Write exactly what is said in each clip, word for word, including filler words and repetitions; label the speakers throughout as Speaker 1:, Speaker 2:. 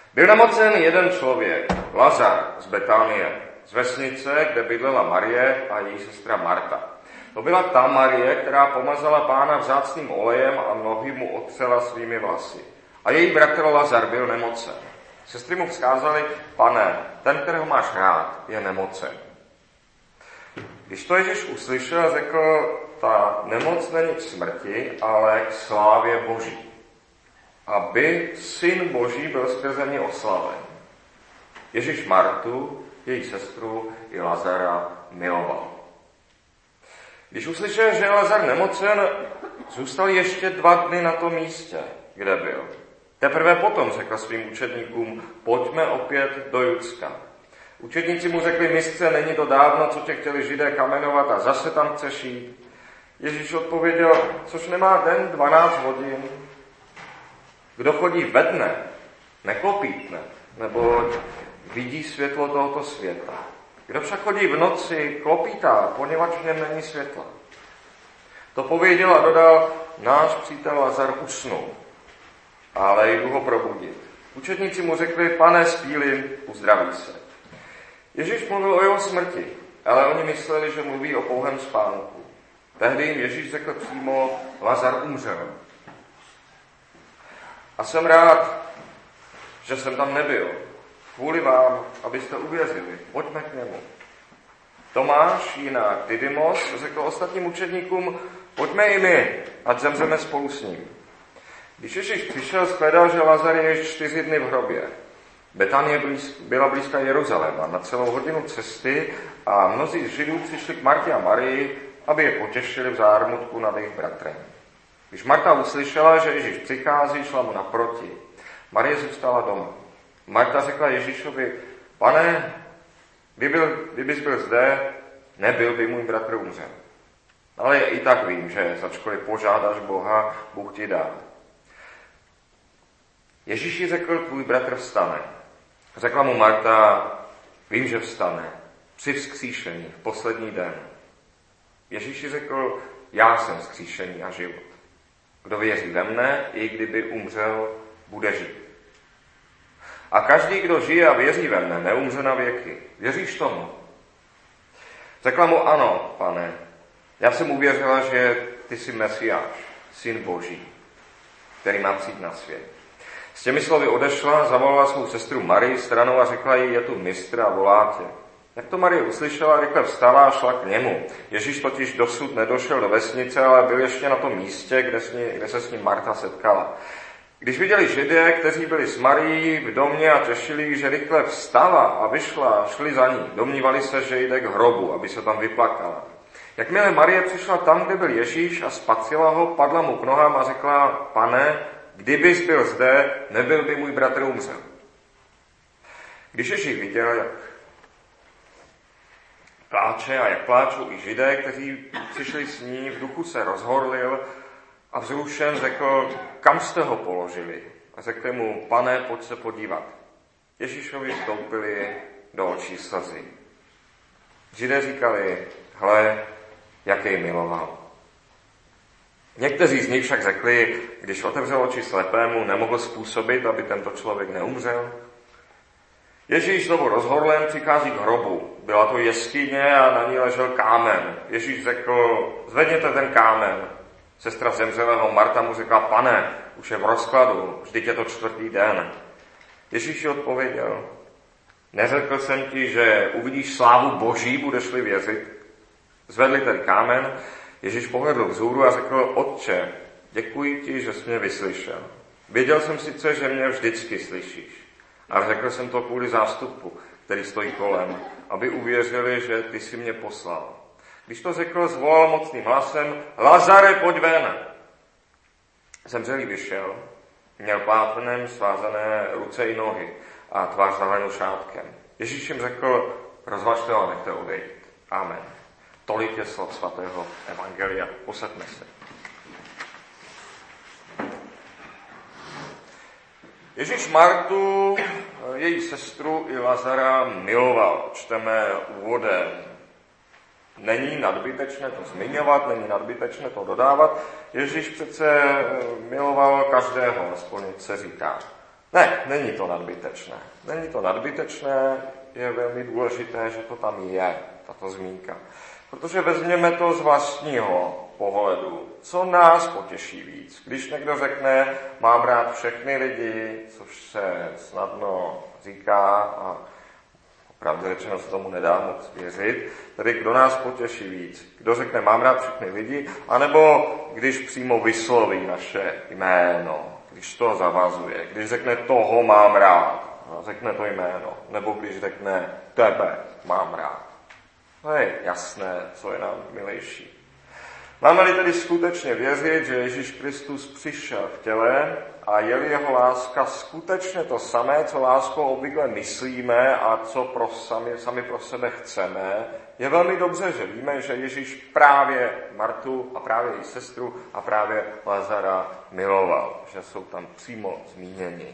Speaker 1: Byl nemocen jeden člověk, Lazar z Betánie, z vesnice, kde bydlela Marie a její sestra Marta. To byla ta Marie, která pomazala Pána vzácným olejem a nohy mu otřela svými vlasy. A její bratr Lazar byl nemocen. Sestry mu vzkázaly: Pane, ten, kterého máš rád, je nemocen. Když to Ježíš uslyšel, řekl: ta nemoc není k smrti, ale k slávě Boží. Aby Syn Boží byl skrze mě oslaven. Ježíš Martu, její sestru i Lazara miloval. Když uslyšel, že je Lazar nemocen, zůstal ještě dva dny na tom místě, kde byl. Teprve potom řekl svým učedníkům: pojďme opět do Judska. Učedníci mu řekli: mistře, není to dávno, co tě chtěli Židé kamenovat a zase tam chceš jít? Ježíš odpověděl: což nemá den dvanáct hodin. Kdo chodí ve dne, neklopítne, nebo vidí světlo tohoto světa. Kdo však chodí v noci, klopítá, poněvadž v něm není světla. To pověděl a dodal: náš přítel Lazar usnul, ale jdu ho probudit. Učedníci mu řekli: Pane, spí-li, uzdraví se. Ježíš mluvil o jeho smrti, ale oni mysleli, že mluví o pouhém spánku. Tehdy jim Ježíš řekl přímo: Lazar umřel. A jsem rád, že jsem tam nebyl. Kvůli vám, abyste uvěřili. Pojďme k němu. Tomáš, jinak Didymos, řekl ostatním učedníkům: pojďme i my, ať zemřeme spolu s ním. Když Ježíš přišel, shledal, že Lazar je již čtyři dny v hrobě. Betanie blíz, byla blízka Jeruzaléma na celou hodinu cesty a mnozí z Židů přišli k Martě a Marii, aby je potěšili v zármutku nad jejich bratrem. Když Marta uslyšela, že Ježíš přichází, šla mu naproti. Marie zůstala doma. Marta řekla Ježíšovi: Pane, kdyby, kdybys byl zde, nebyl by můj bratr umřel. Ale i tak vím, že ačkoliv požádáš Boha, Bůh ti dá. Ježíš jí řekl: tvůj bratr vstane. Řekla mu Marta: vím, že vstane při vzkříšení v poslední den. Ježíš jí řekl: já jsem vzkříšení a život. Kdo věří ve mne, i kdyby umřel, bude žít. A každý, kdo žije a věří ve mne, neumře na věky. Věříš tomu? Řekla mu: ano, Pane, já jsem uvěřila, že ty jsi Mesiáš, Syn Boží, který má přijít na svět. S těmi slovy odešla, zavolala svou sestru Marii stranou a řekla jí: je tu mistr a volá tě. Jak to Marie uslyšela, rychle vstala a šla k němu. Ježíš totiž dosud nedošel do vesnice, ale byl ještě na tom místě, kde, s ní, kde se s ním Marta setkala. Když viděli Židé, kteří byli s Marií v domě a těšili, že rychle vstala a vyšla a šli za ní, domnívali se, že jde k hrobu, aby se tam vyplakala. Jakmile Marie přišla tam, kde byl Ježíš a spatřila ho, padla mu k nohám a řekla: Pane, kdybys byl zde, nebyl by můj bratr umřel. Když Ježíš viděl, jak pláče a jak pláčou i Židé, kteří přišli s ní, v duchu se rozhorlil a vzrušen řekl: kam jste ho položili? A řekli mu: Pane, pojď se podívat. Ježíšovi vstoupili do očí slzy. Židé říkali: hle, jak jej miloval. Někteří z nich však řekli: když otevřel oči slepému, nemohl způsobit, aby tento člověk neumřel. Ježíš znovu rozhorlen přichází k hrobu. Byla to jeskyně a na ní ležel kámen. Ježíš řekl: zvedněte ten kámen. Sestra zemřelého Marta mu řekla: Pane, už je v rozkladu, vždyť je to čtvrtý den. Ježíš jí odpověděl: neřekl jsem ti, že uvidíš slávu Boží, budeš-li věřit? Zvedli ten kámen, Ježíš pohledl vzhůru a řekl: Otče, děkuji ti, že jsi mě vyslyšel. Věděl jsem sice, že mě vždycky slyšíš, ale řekl jsem to kvůli zástupu, který stojí kolem, aby uvěřili, že ty jsi mě poslal. Když to řekl, zvolal mocným hlasem: Lazare, pojď ven! Zemřelý vyšel, měl plátnem svázané ruce i nohy a tvář zahalenou šátkem. Ježíš jim řekl: rozvažte ho a nechte odejít. Amen. Tolik je slov svatého evangelia. Posaďme se. Ježíš Martu, její sestru i Lazara miloval. Čteme úvodem. Není nadbytečné to zmiňovat, není nadbytečné to dodávat. Ježíš přece miloval každého, aspoň se říká. Ne, není to nadbytečné. Není to nadbytečné, je velmi důležité, že to tam je, tato zmínka. Protože vezměme to z vlastního pohledu. Co nás potěší víc? Když někdo řekne, mám rád všechny lidi, což se snadno říká a opravdu řečeno se tomu nedá moc věřit, tedy kdo nás potěší víc? Kdo řekne, mám rád všechny lidi, anebo když přímo vysloví naše jméno, když to zavazuje, když řekne, toho mám rád, řekne to jméno, nebo když řekne, tebe mám rád. To je jasné, co je nám milejší. Máme-li tedy skutečně věřit, že Ježíš Kristus přišel v těle a je-li jeho láska skutečně to samé, co láskou obvykle myslíme a co pro sami, sami pro sebe chceme, je velmi dobře, že víme, že Ježíš právě Martu a právě její sestru a právě Lazara miloval, že jsou tam přímo zmíněni.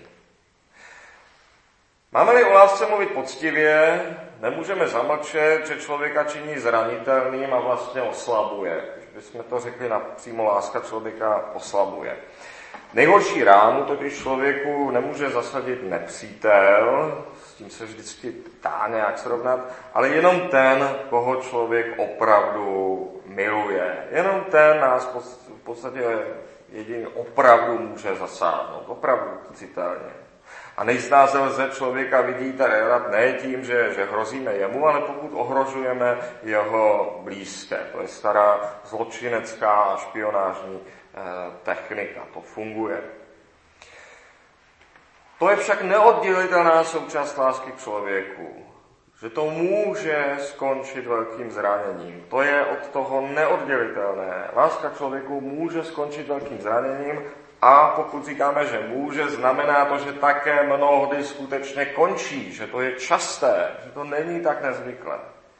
Speaker 1: Máme-li o lásce mluvit poctivě, nemůžeme zamlčet, že člověka činí zranitelným a vlastně oslabuje. Když bychom to řekli napřímo, láska člověka oslabuje. Nejhorší ránu totiž člověku nemůže zasadit nepřítel, s tím se vždycky dá nějak srovnat, ale jenom ten, koho člověk opravdu miluje. Jenom ten nás v podstatě jediný opravdu může zasáhnout, opravdu citelně. A nejsnáze lze člověka vidíte rád ne tím, že, že hrozíme jemu, ale pokud ohrožujeme jeho blízké. To je stará zločinecká špionážní eh, technika. To funguje. To je však neoddělitelná součást lásky k člověku. Že to může skončit velkým zraněním. To je od toho neoddělitelné. Láska k člověku může skončit velkým zraněním. A pokud říkáme, že může, znamená to, že také mnohdy skutečně končí, že to je časté, že to není tak nezvyklé.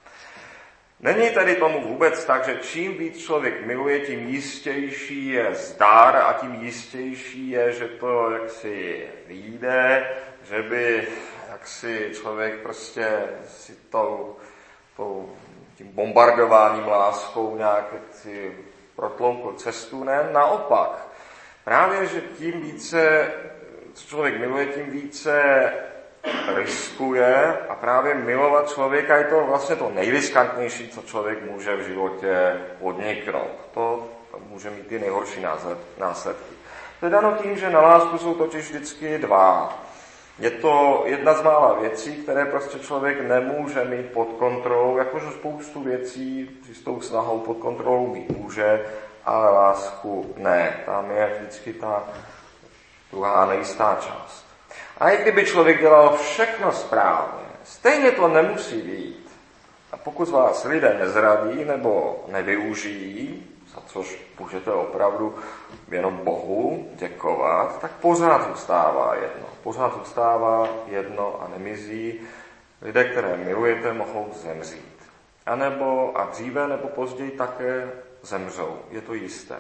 Speaker 1: Není tedy tomu vůbec tak, že čím víc člověk miluje, tím jistější je zdar a tím jistější je, že to jaksi vyjde, že by jaksi člověk prostě si tou, tou, tím bombardováním láskou nějak jaksi protloukl cestu, ne, naopak. Právě, že tím více, co člověk miluje, tím více riskuje a právě milovat člověka je to vlastně to nejriskantnější, co člověk může v životě podniknout. To může mít ty nejhorší následky. To je dano tím, že na lásku jsou totiž vždycky dva. Je to jedna z mála věcí, které prostě člověk nemůže mít pod kontrolou, jakože spoustu věcí s tou snahou pod kontrolou mít může, ale lásku ne. Tam je vždycky ta druhá nejistá část. A i kdyby člověk dělal všechno správně, stejně to nemusí být. A pokud z vás lidé nezradí nebo nevyužijí, za což můžete opravdu jenom Bohu děkovat, tak pořád zůstává jedno. Pořád zůstává jedno a nemizí. Lidé, které milujete, mohou zemřít. A nebo a dříve nebo později také zemřou. Je to jisté.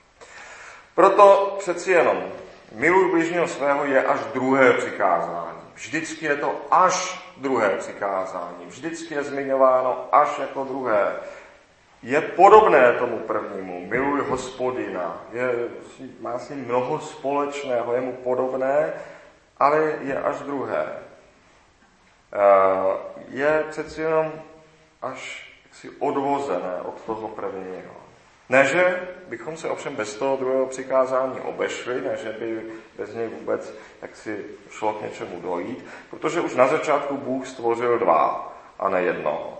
Speaker 1: Proto přeci jenom miluj bližního svého je až druhé přikázání. Vždycky je to až druhé přikázání. Vždycky je zmiňováno až jako druhé. Je podobné tomu prvnímu. Miluj Hospodina. Je, má s ním mnoho společného, je mu podobné, ale je až druhé. Je přeci jenom až si odvozené od toho prvního. Ne, že bychom se ovšem bez toho druhého přikázání obešli, ne, že by bez něj vůbec jaksi šlo k něčemu dojít, protože už na začátku Bůh stvořil dva a ne jednoho.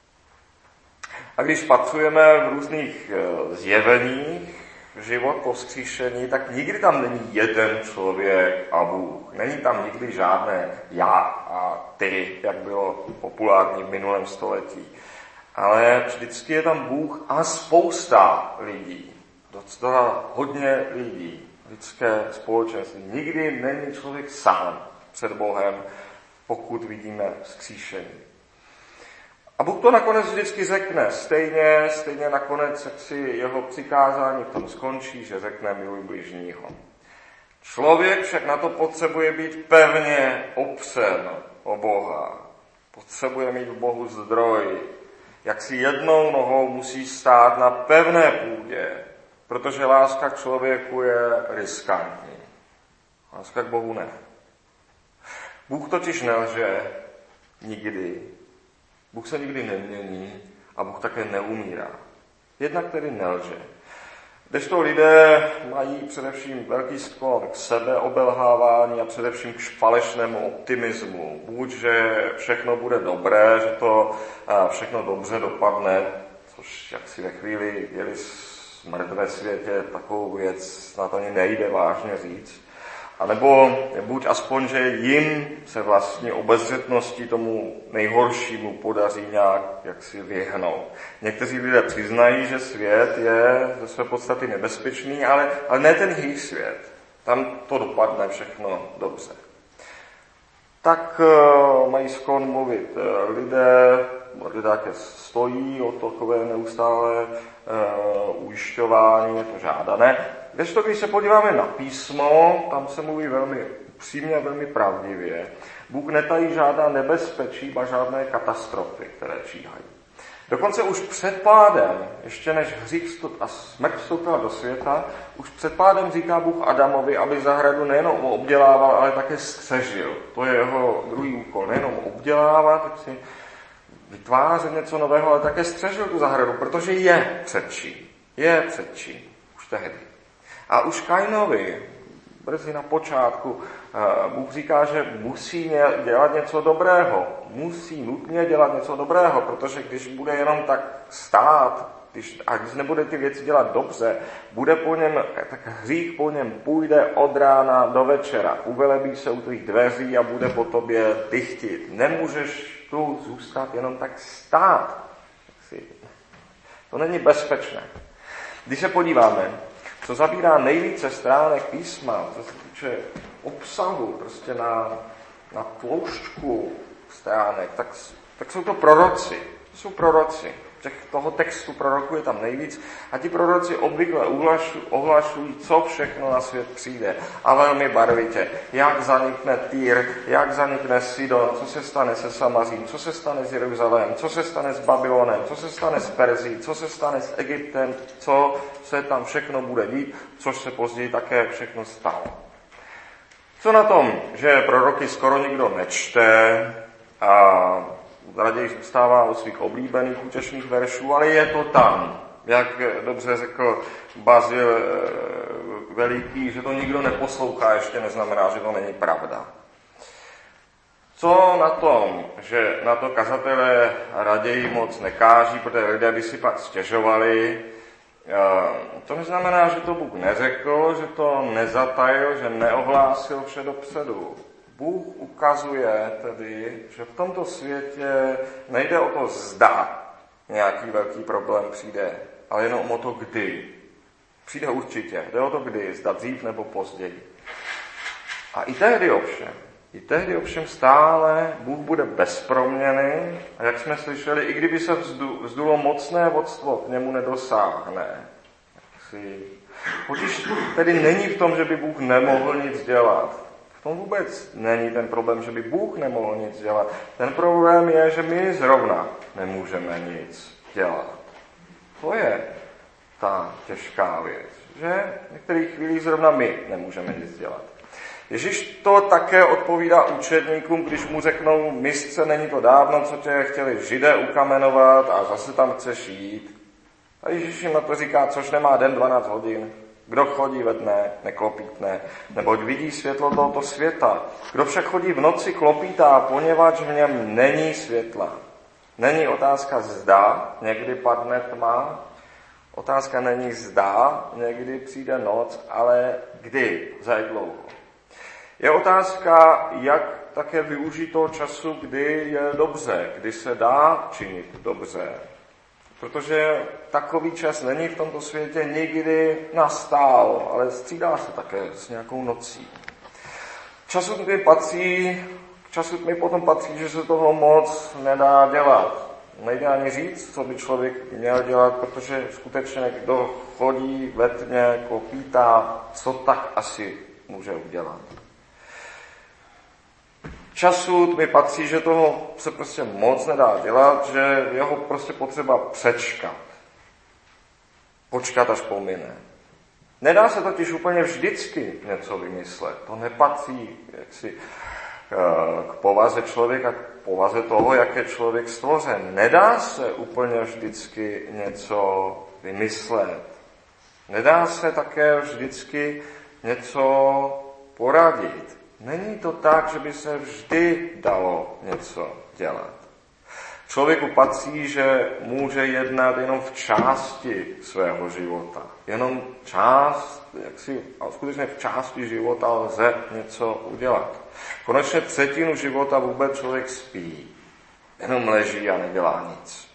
Speaker 1: A když spatřujeme v různých zjeveních život po vzkříšení, tak nikdy tam není jeden člověk a Bůh. Není tam nikdy žádné já a ty, jak bylo populární v minulém století. Ale vždycky je tam Bůh a spousta lidí. Docela hodně lidí. Lidské společenství. Nikdy není člověk sám před Bohem, pokud vidíme vzkříšení. A Bůh to nakonec vždycky řekne. Stejně, stejně nakonec jak si jeho přikázání v tom skončí, že řekne miluj bližního. Člověk však na to potřebuje být pevně opřen o Boha. Potřebuje mít v Bohu zdroj. Jak si jednou nohou musí stát na pevné půdě, protože láska k člověku je riskantní. Láska k Bohu ne. Bůh totiž nelže nikdy. Bůh se nikdy nemění a Bůh také neumírá. Jednak tedy nelže. Kdežto lidé mají především velký sklon k sebeobelhávání a především k falešnému optimismu. Buď, že všechno bude dobré, že to všechno dobře dopadne, což jak si ve chvíli viděli smrt ve světě, takovou věc na to ani nejde vážně říct. A nebo buď aspoň, že jim se vlastní obezřetností tomu nejhoršímu podaří nějak jaksi vyhnout. Někteří lidé přiznají, že svět je ze své podstaty nebezpečný, ale, ale ne ten hřích svět. Tam to dopadne všechno dobře. Tak uh, mají sklon mluvit uh, lidé, lidé také stojí o takové neustále uh, ujišťování, je to žádané. Kdežto, když se podíváme na písmo, tam se mluví velmi upřímně a velmi pravdivě. Bůh netají žádná nebezpečí, ba žádné katastrofy, které číhají. Dokonce už před pádem, ještě než hřích a smrt vstoupila do světa, už před pádem říká Bůh Adamovi, aby zahradu nejenom obdělával, ale také střežil. To je jeho druhý úkol. Nejenom obdělávat, tak si vytvářet něco nového, ale také střežil tu zahradu, protože je předčím. Je předčím. Už tehdy. A už Kainovi, brzy na počátku, Bůh říká, že musí dělat něco dobrého. Musí nutně dělat něco dobrého, protože když bude jenom tak stát, když, a když nebude ty věci dělat dobře, bude po něm, tak hřích po něm půjde od rána do večera. Uvelebí se u tvých dveří a bude po tobě dychtit. Nemůžeš tu zůstat jenom tak stát. To není bezpečné. Když se podíváme, co zabírá nejvíce stránek písma, co se týče obsahu, prostě na, na tloušťku stránek, tak, tak jsou to proroci. To jsou proroci. Těch, toho textu proroků je tam nejvíc a ti proroci obvykle ohlašují, ohlašují, co všechno na svět přijde. A velmi barvitě. Jak zanikne Týr, jak zanikne Sidon, co se stane se Samařím, co se stane s Jeruzalém, co se stane s Babylonem, co se stane s Perzí, co se stane s Egyptem, co se tam všechno bude dít, což se později také všechno stalo. Co na tom, že proroky skoro nikdo nečte a raději zůstává od svých oblíbených účešných veršů, ale je to tam. Jak dobře řekl Bazil Veliký, že to nikdo neposlouchá, ještě neznamená, že to není pravda. Co na tom, že na to kazatelé raději moc nekáží, protože lidé by si pak stěžovali, to neznamená, že to Bůh neřekl, že to nezatajil, že neohlásil vše dopředu. Bůh ukazuje tedy, že v tomto světě nejde o to zda nějaký velký problém přijde, ale jenom o to kdy. Přijde určitě, jde o to kdy, zda dřív nebo později. A i tehdy ovšem, i tehdy ovšem stále Bůh bude bez proměny a jak jsme slyšeli, i kdyby se vzdu, vzdulo mocné vodstvo, k němu nedosáhne. Potíž tedy není v tom, že by Bůh nemohl nic dělat. V tom vůbec není ten problém, že by Bůh nemohl nic dělat. Ten problém je, že my zrovna nemůžeme nic dělat. To je ta těžká věc, že v některých chvílích zrovna my nemůžeme nic dělat. Ježíš to také odpovídá učedníkům, když mu řeknou, mistře, není to dávno, co tě chtěli Židé ukamenovat a zase tam chceš jít. A Ježíš jim na to říká, což nemá den dvanáct hodin. Kdo chodí ve dne, neklopítne, neboť vidí světlo tohoto světa. Kdo však chodí v noci, klopítá, poněvadž v něm není světla. Není otázka zda, někdy padne tma. Otázka není zda, někdy přijde noc, ale kdy, za jak dlouho. Je otázka, jak také využít toho času, kdy je dobře, kdy se dá činit dobře. Protože takový čas není v tomto světě nikdy nastál, ale střídá se také s nějakou nocí. Času tmy patří, času tmy potom patří, že se toho moc nedá dělat. Nejde ani říct, co by člověk měl dělat, protože skutečně kdo chodí ve tmě, klopítá, co tak asi může udělat. Času mi patří, že toho se prostě moc nedá dělat, že je ho prostě potřeba přečkat. Počkat, až pomine. Nedá se totiž úplně vždycky něco vymyslet. To nepatří jaksi povaze člověka, k povaze toho, jak je člověk stvořen. Nedá se úplně vždycky něco vymyslet. Nedá se také vždycky něco poradit. Není to tak, že by se vždy dalo něco dělat. Člověku patří, že může jednat jenom v části svého života. Jenom část, jak si, a skutečně v části života lze něco udělat. Konečně třetinu života vůbec člověk spí. Jenom leží a nedělá nic.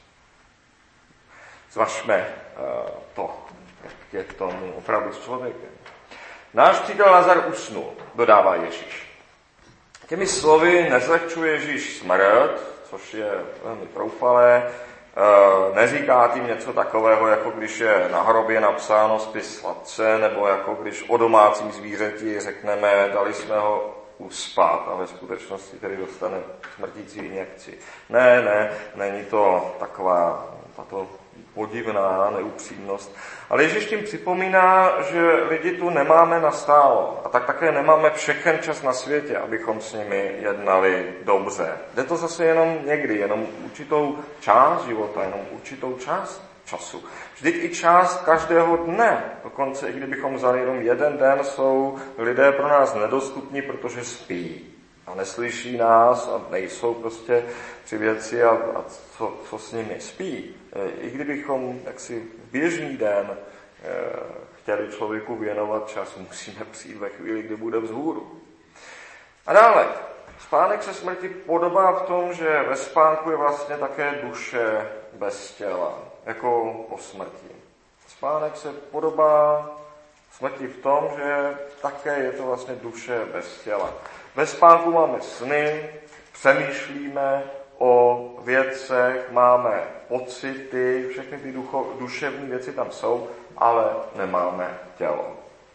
Speaker 1: Zvažme uh, to, jak je k tomu opravdu s člověkem. Náš přítel Lazar usnul, dodává Ježíš. Těmi slovy nezlehčuje Ježíš smrt, což je velmi troufalé, e, neříká tím něco takového, jako když je na hrobě napsáno spis sladce, nebo jako když o domácím zvířeti řekneme, dali jsme ho uspat a ve skutečnosti tedy dostane smrtící injekci. Ne, ne, není to taková tato podivná neupřímnost. Ale Ježíš tím připomíná, že lidi tu nemáme nastálo a tak také nemáme všechen čas na světě, abychom s nimi jednali dobře. Jde to zase jenom někdy, jenom určitou část života, jenom určitou část času. Vždyť i část každého dne, dokonce i kdybychom vzali jenom jeden den, jsou lidé pro nás nedostupní, protože spí a neslyší nás a nejsou prostě při věci a, a co, co s nimi spí. I kdybychom jaksi v běžný den e, chtěli člověku věnovat čas, musíme přijít ve chvíli, kdy bude vzhůru. A dále, spánek se smrti podobá v tom, že ve spánku je vlastně také duše bez těla, jako po smrti. Spánek se podobá smrti v tom, že také je to vlastně duše bez těla. Ve spánku máme sny, přemýšlíme o věcech, máme pocity, všechny ty ducho, duševní věci tam jsou, ale nemáme tělo.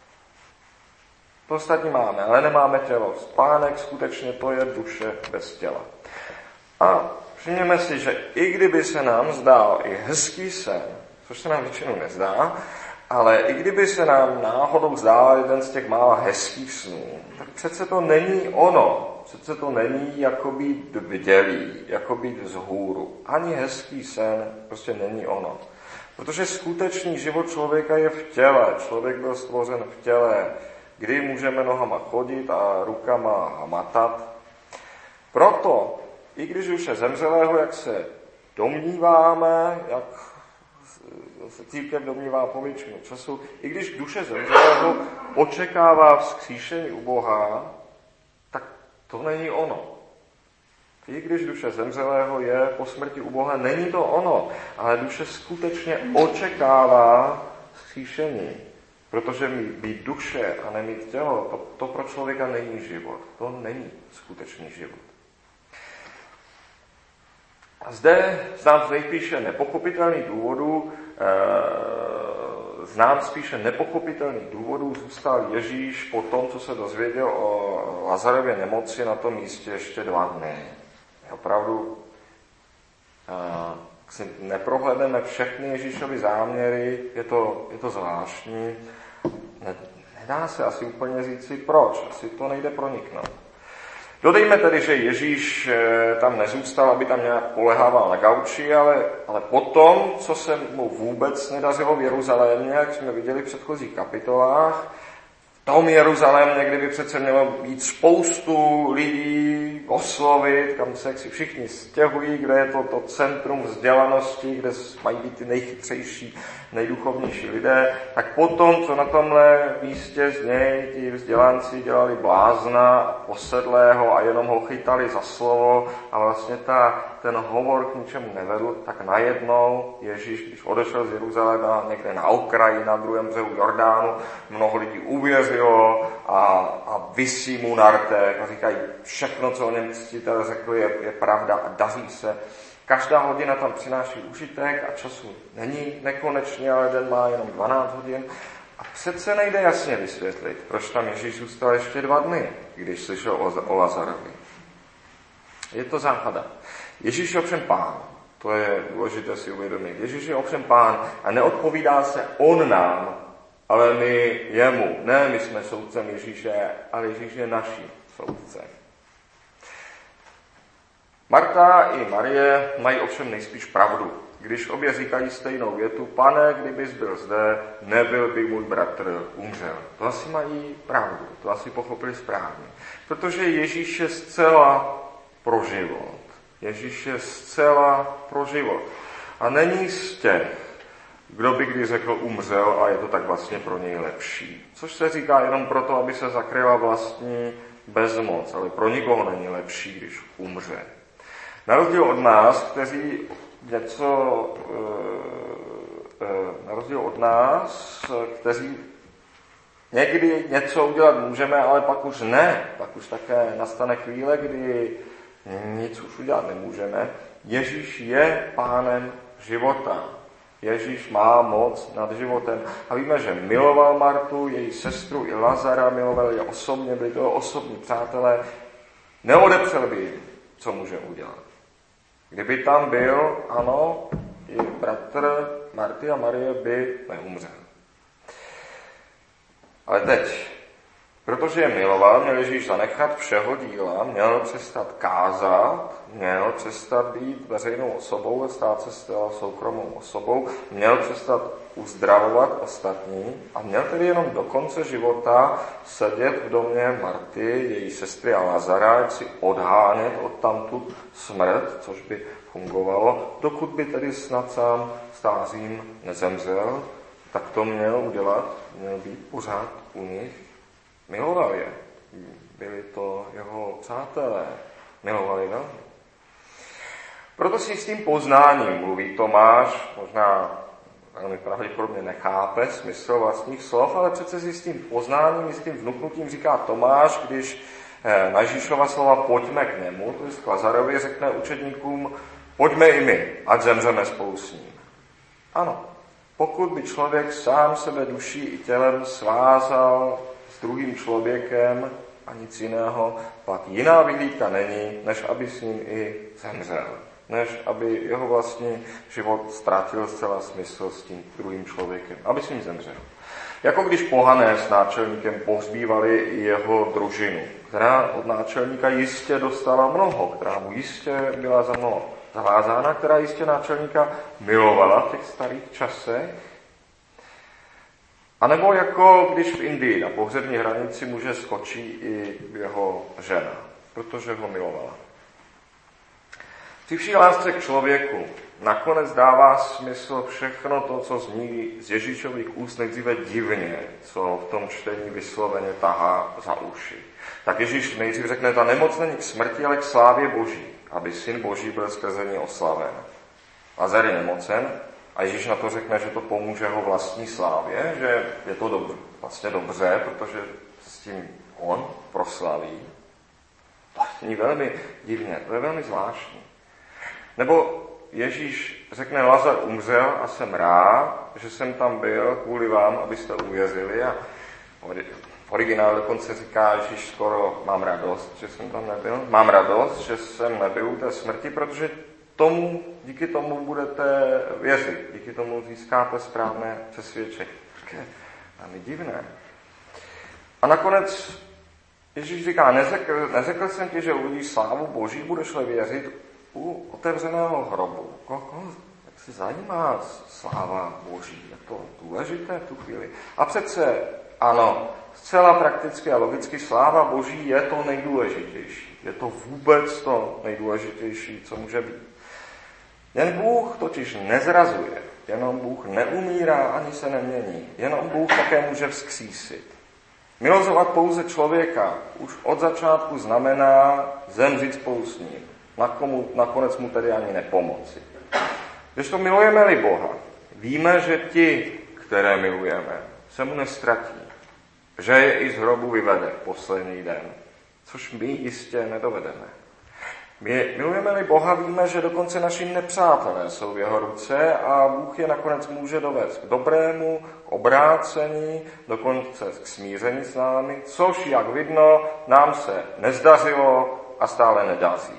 Speaker 1: To ostatní máme, ale nemáme tělo. Spánek skutečně to je duše bez těla. A všimněme si, že i kdyby se nám zdál i hezký sen, což se nám většinou nezdá, ale i kdyby se nám náhodou zdál jeden z těch mála hezkých snů, tak přece to není ono. Přece to není jako být bdělý, jako být vzhůru. Ani hezký sen prostě není ono. Protože skutečný život člověka je v těle. Člověk byl stvořen v těle, kdy můžeme nohama chodit a rukama hmatat. Proto, i když už je zemřelého, jak se domníváme, jak se církev domnívá po většinu času, i když duše zemřelého očekává vzkříšení u Boha, tak to není ono. I když duše zemřelého je po smrti u Boha, není to ono, ale duše skutečně očekává vzkříšení. Protože být duše a nemít tělo, to, to pro člověka není život. To není skutečný život. A zde znám z nejspíše nepochopitelných důvodů, e, znám spíše nepochopitelných důvodů zůstal Ježíš po tom, co se dozvěděl o Lazarově nemoci na tom místě ještě dva dny. Opravdu e, si neprohledneme všechny Ježíšovy záměry, je to, je to zvláštní. Ne, nedá se asi úplně říci proč, asi to nejde proniknout. Dodejme tedy, že Ježíš tam nezůstal, aby tam nějak polehával na gauči, ale, ale potom, co se mu vůbec nedařilo v Jeruzalémě, jak jsme viděli v předchozích kapitolách, v tom Jeruzalémě, kde by přece mělo být spoustu lidí oslovit, kam se si všichni stěhují, kde je to, to centrum vzdělanosti, kde mají být ty nejchytřejší, nejduchovnější lidé, tak potom, co na tomhle místě z něj ti vzdělanci dělali blázna, posedlého a jenom ho chytali za slovo a vlastně ta, ten hovor k ničemu nevedl, tak najednou Ježíš, když odešel z Jeruzaléma někde na okraji, na druhém břehu Jordánu, mnoho lidí uvěřilo a, a visí mu na rtech a říkají, všechno, co o něm ctitel řekl, je, je pravda a daří se. Každá hodina tam přináší užitek a času není nekonečně, ale den má jenom dvanáct hodin. A přece nejde jasně vysvětlit, proč tam Ježíš zůstal ještě dva dny, když slyšel o, o Lazarovi. Je to záhada. Ježíš je ovšem pán. To je důležité si uvědomit. Ježíš je ovšem pán a neodpovídá se on nám, ale my jemu. Ne, my jsme soudcem Ježíše, ale Ježíš je naším soudcem. Marta i Marie mají ovšem nejspíš pravdu, když obě říkají stejnou větu: Pane, kdybys byl zde, nebyl by můj bratr umřel. To asi mají pravdu, to asi pochopili správně. Protože Ježíš je zcela pro život. Ježíš je zcela pro život. A není z těch, kdo by kdy řekl umřel a je to tak vlastně pro něj lepší. Což se říká jenom proto, aby se zakryla vlastní bezmoc, ale pro nikoho není lepší, když umře. Na rozdíl od nás, kteří něco, na rozdíl od nás, kteří někdy něco udělat můžeme, ale pak už ne. Pak už také nastane chvíle, kdy nic už udělat nemůžeme. Ježíš je pánem života. Ježíš má moc nad životem. A víme, že miloval Martu, její sestru i Lazara, miloval je osobně, byli to osobní přátelé. Neodepřel by jim, co může udělat. Kdyby tam byl, ano, i bratr Marty a Marie by neumřel. Ale teď, protože je miloval, měl Ježíš zanechat všeho díla, měl přestat kázat, měl přestat být veřejnou osobou a stát se zcela soukromou osobou, měl přestat uzdravovat ostatní a měl tedy jenom do konce života sedět v domě Marty, její sestry a Lazara, jak si odhánět odtamtud smrt, což by fungovalo, dokud by tedy snad sám stářím nezemřel, tak to měl udělat, měl být pořád u nich. Miloval je. Byli to jeho přátelé. Milovali velmi. Proto si s tím poznáním mluví Tomáš, možná velmi pravděpodobně nechápe smysl vlastních slov, ale přece si s tím poznáním, s tím vnuknutím říká Tomáš, když na Ježíšova slova pojďme k němu, to je k Lazarovi, řekne učedníkům, pojďme i my, ať zemřeme spolu s ním. Ano, pokud by člověk sám sebe duší i tělem svázal s druhým člověkem a nic jiného, pak jiná vyhlídka není, než aby s ním i zemřel. Než aby jeho vlastní život ztratil zcela smysl s tím druhým člověkem. Aby s ním zemřel. Jako když pohané s náčelníkem pohřbívali i jeho družinu, která od náčelníka jistě dostala mnoho, která mu jistě byla za mnoho zavázána, která jistě náčelníka milovala v těch starých časech. A nebo jako když v Indii na pohřební hranici muže skočí i jeho žena, protože ho milovala. Při vší lásce k člověku nakonec dává smysl všechno to, co zní z Ježíšových úst nejdříve divně, co v tom čtení vysloveně tahá za uši. Tak Ježíš nejdřív řekne, ta nemoc není k smrti, ale k slávě Boží, aby Syn Boží byl skrze ní oslaven. Lazar je nemocen a Ježíš na to řekne, že to pomůže jeho vlastní slávě, že je to dobře, vlastně dobře, protože s tím on proslaví. To je velmi divně, to je velmi zvláštní. Nebo Ježíš řekne, Lazar umřel a jsem rád, že jsem tam byl kvůli vám, abyste uvěřili. A v originálu dokonce říká Ježíš skoro, mám radost, že jsem tam nebyl. Mám radost, že jsem nebyl u té smrti, protože tomu, díky tomu budete věřit. Díky tomu získáte správné přesvědčení. Tak je velmi divné. A nakonec Ježíš říká, neřekl, neřekl jsem ti, že uvidíš slávu Boží, budeš-li věřit u otevřeného hrobu. Koho jak se zajímá sláva Boží? Je to důležité v tu chvíli? A přece ano, zcela prakticky a logicky sláva Boží je to nejdůležitější. Je to vůbec to nejdůležitější, co může být. Jen Bůh totiž nezrazuje, jenom Bůh neumírá ani se nemění, jenom Bůh také může vzkřísit. Milozovat pouze člověka už od začátku znamená zemřít spolu s ním. Nakonec mu tedy ani nepomoci. Když to milujeme-li Boha, víme, že ti, které milujeme, se mu nestratí. Že je i z hrobu vyvede poslední den, což my jistě nedovedeme. My milujeme-li Boha, víme, že dokonce naši nepřátelé jsou v jeho ruce a Bůh je nakonec může dovést k dobrému, k obrácení, dokonce k smíření s námi, což, jak vidno, nám se nezdařilo a stále nedaří.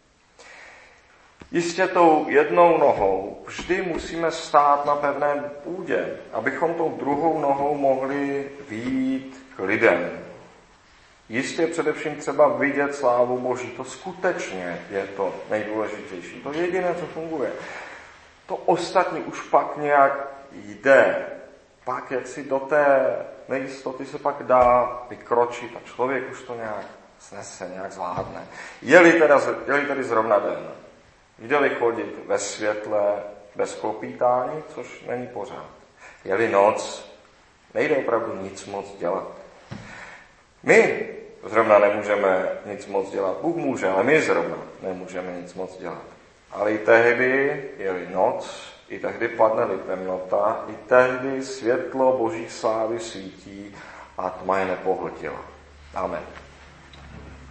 Speaker 1: Jistě tou jednou nohou vždy musíme stát na pevné půdě, abychom tou druhou nohou mohli vyjít k lidem. Jistě především třeba vidět slávu Boží, to skutečně je to nejdůležitější, to jediné, co funguje. To ostatní už pak nějak jde, pak jak si do té nejistoty se pak dá vykročit a člověk už to nějak snese, nějak zvládne. Je-li, teda, je-li tedy zrovna den, jde-li chodit ve světle, bez klopítání, což není pořád. Je-li noc, nejde opravdu nic moc dělat. My zrovna nemůžeme nic moc dělat. Bůh může, ale my zrovna nemůžeme nic moc dělat. Ale i tehdy, je-li noc, i tehdy padne-li temnota, i tehdy světlo Boží slávy svítí a tma je nepohltila. Amen.